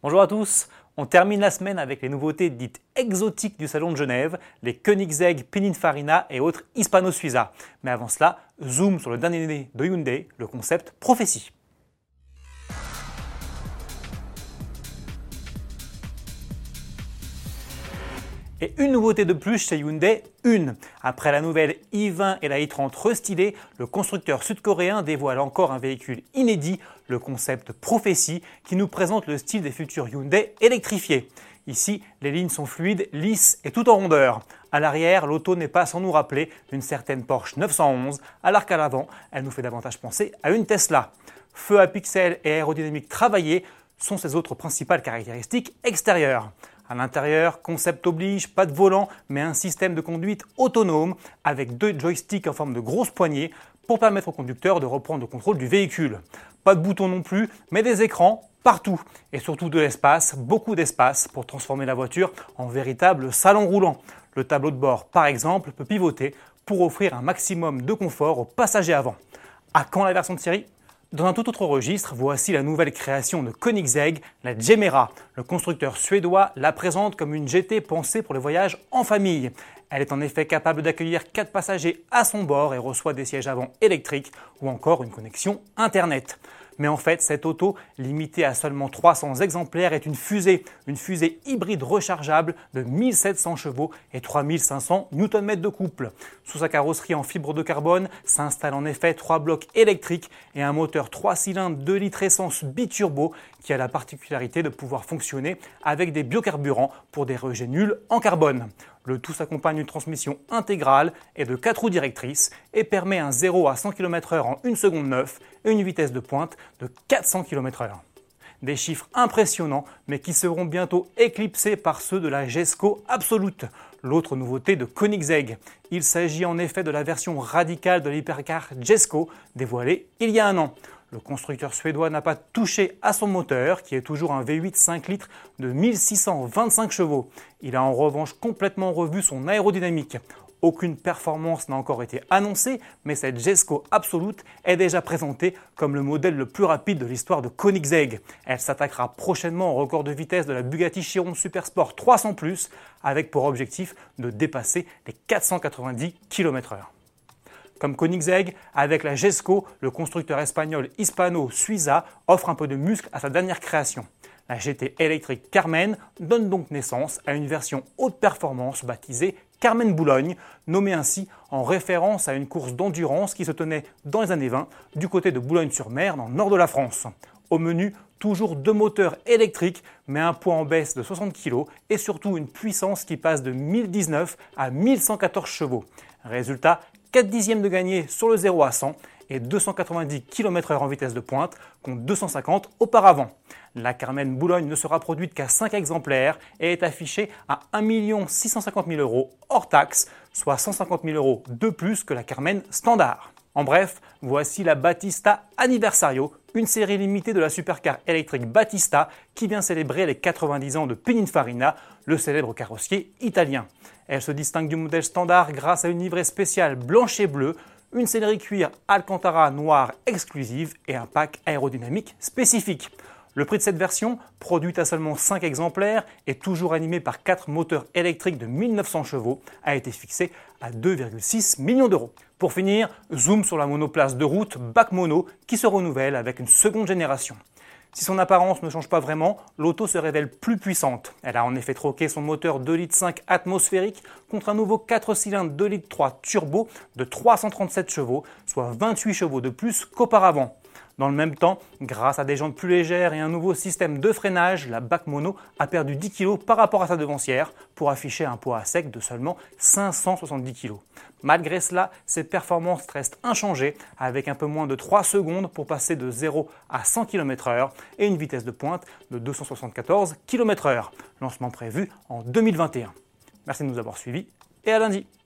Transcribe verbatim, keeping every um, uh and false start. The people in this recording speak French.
Bonjour à tous, on termine la semaine avec les nouveautés dites exotiques du salon de Genève, les Koenigsegg Pininfarina et autres Hispano-Suiza. Mais avant cela, zoom sur le dernier né de Hyundai, le concept Prophétie. Et une nouveauté de plus chez Hyundai, une. Après la nouvelle i vingt et la i trente restylée, le constructeur sud-coréen dévoile encore un véhicule inédit, le concept Prophétie, qui nous présente le style des futurs Hyundai électrifiés. Ici, les lignes sont fluides, lisses et tout en rondeur. À l'arrière, l'auto n'est pas sans nous rappeler une certaine Porsche neuf cent onze, alors qu'à l'avant, elle nous fait davantage penser à une Tesla. Feu à pixels et aérodynamique travaillée sont ses autres principales caractéristiques extérieures. À l'intérieur, concept oblige, pas de volant, mais un système de conduite autonome avec deux joysticks en forme de grosses poignées pour permettre au conducteur de reprendre le contrôle du véhicule. Pas de boutons non plus, mais des écrans partout et surtout de l'espace, beaucoup d'espace pour transformer la voiture en véritable salon roulant. Le tableau de bord, par exemple, peut pivoter pour offrir un maximum de confort aux passagers avant. À quand la version de série ? Dans un tout autre registre, voici la nouvelle création de Koenigsegg, la Gemera. Le constructeur suédois la présente comme une G T pensée pour les voyages en famille. Elle est en effet capable d'accueillir quatre passagers à son bord et reçoit des sièges avant électriques ou encore une connexion Internet. Mais en fait, cette auto, limitée à seulement trois cents exemplaires, est une fusée, une fusée hybride rechargeable de mille sept cents chevaux et trois mille cinq cents newton-mètres de couple. Sous sa carrosserie en fibre de carbone s'installent en effet trois blocs électriques et un moteur trois cylindres deux litres essence biturbo qui a la particularité de pouvoir fonctionner avec des biocarburants pour des rejets nuls en carbone. Le tout s'accompagne d'une transmission intégrale et de quatre roues directrices et permet un zéro à cent kilomètres heure en une seconde neuf et une vitesse de pointe de quatre cents kilomètres heure. Des chiffres impressionnants mais qui seront bientôt éclipsés par ceux de la Jesko Absolute, l'autre nouveauté de Koenigsegg. Il s'agit en effet de la version radicale de l'hypercar Jesko dévoilée il y a un an. Le constructeur suédois n'a pas touché à son moteur, qui est toujours un V huit cinq litres de mille six cent vingt-cinq chevaux. Il a en revanche complètement revu son aérodynamique. Aucune performance n'a encore été annoncée, mais cette Jesko Absolute est déjà présentée comme le modèle le plus rapide de l'histoire de Koenigsegg. Elle s'attaquera prochainement au record de vitesse de la Bugatti Chiron Supersport trois cents plus, avec pour objectif de dépasser les quatre cent quatre-vingt-dix kilomètres heure. Comme Koenigsegg, avec la Jesko, le constructeur espagnol Hispano-Suiza offre un peu de muscle à sa dernière création. La G T électrique Carmen donne donc naissance à une version haute performance baptisée Carmen Boulogne, nommée ainsi en référence à une course d'endurance qui se tenait dans les années vingt du côté de Boulogne-sur-Mer dans le nord de la France. Au menu, toujours deux moteurs électriques, mais un poids en baisse de soixante kilos et surtout une puissance qui passe de mille dix-neuf à mille cent quatorze chevaux. Résultat, quatre dixièmes de gagné sur le zéro à cent et deux cent quatre-vingt-dix kilomètres heure en vitesse de pointe contre deux cent cinquante auparavant. La Carmen Boulogne ne sera produite qu'à cinq exemplaires et est affichée à un million six cent cinquante mille euros hors taxe, soit cent cinquante mille euros de plus que la Carmen standard. En bref, voici la Battista Anniversario, une série limitée de la supercar électrique Battista qui vient célébrer les quatre-vingt-dix ans de Pininfarina, le célèbre carrossier italien. Elle se distingue du modèle standard grâce à une livrée spéciale blanche et bleue, une sellerie cuir Alcantara noire exclusive et un pack aérodynamique spécifique. Le prix de cette version, produite à seulement cinq exemplaires et toujours animée par quatre moteurs électriques de mille neuf cents chevaux, a été fixé à deux virgule six millions d'euros. Pour finir, zoom sur la monoplace de route Bac Mono qui se renouvelle avec une seconde génération. Si son apparence ne change pas vraiment, l'auto se révèle plus puissante. Elle a en effet troqué son moteur deux litres cinq atmosphérique contre un nouveau quatre cylindres deux litres trois turbo de trois cent trente-sept chevaux, soit vingt-huit chevaux de plus qu'auparavant. Dans le même temps, grâce à des jantes plus légères et un nouveau système de freinage, la Bac Mono a perdu dix kilos par rapport à sa devancière pour afficher un poids à sec de seulement cinq cent soixante-dix kilos. Malgré cela, ses performances restent inchangées avec un peu moins de trois secondes pour passer de zéro à cent kilomètres heure et une vitesse de pointe de deux cent soixante-quatorze kilomètres heure. Lancement prévu en deux mille vingt et un. Merci de nous avoir suivis et à lundi.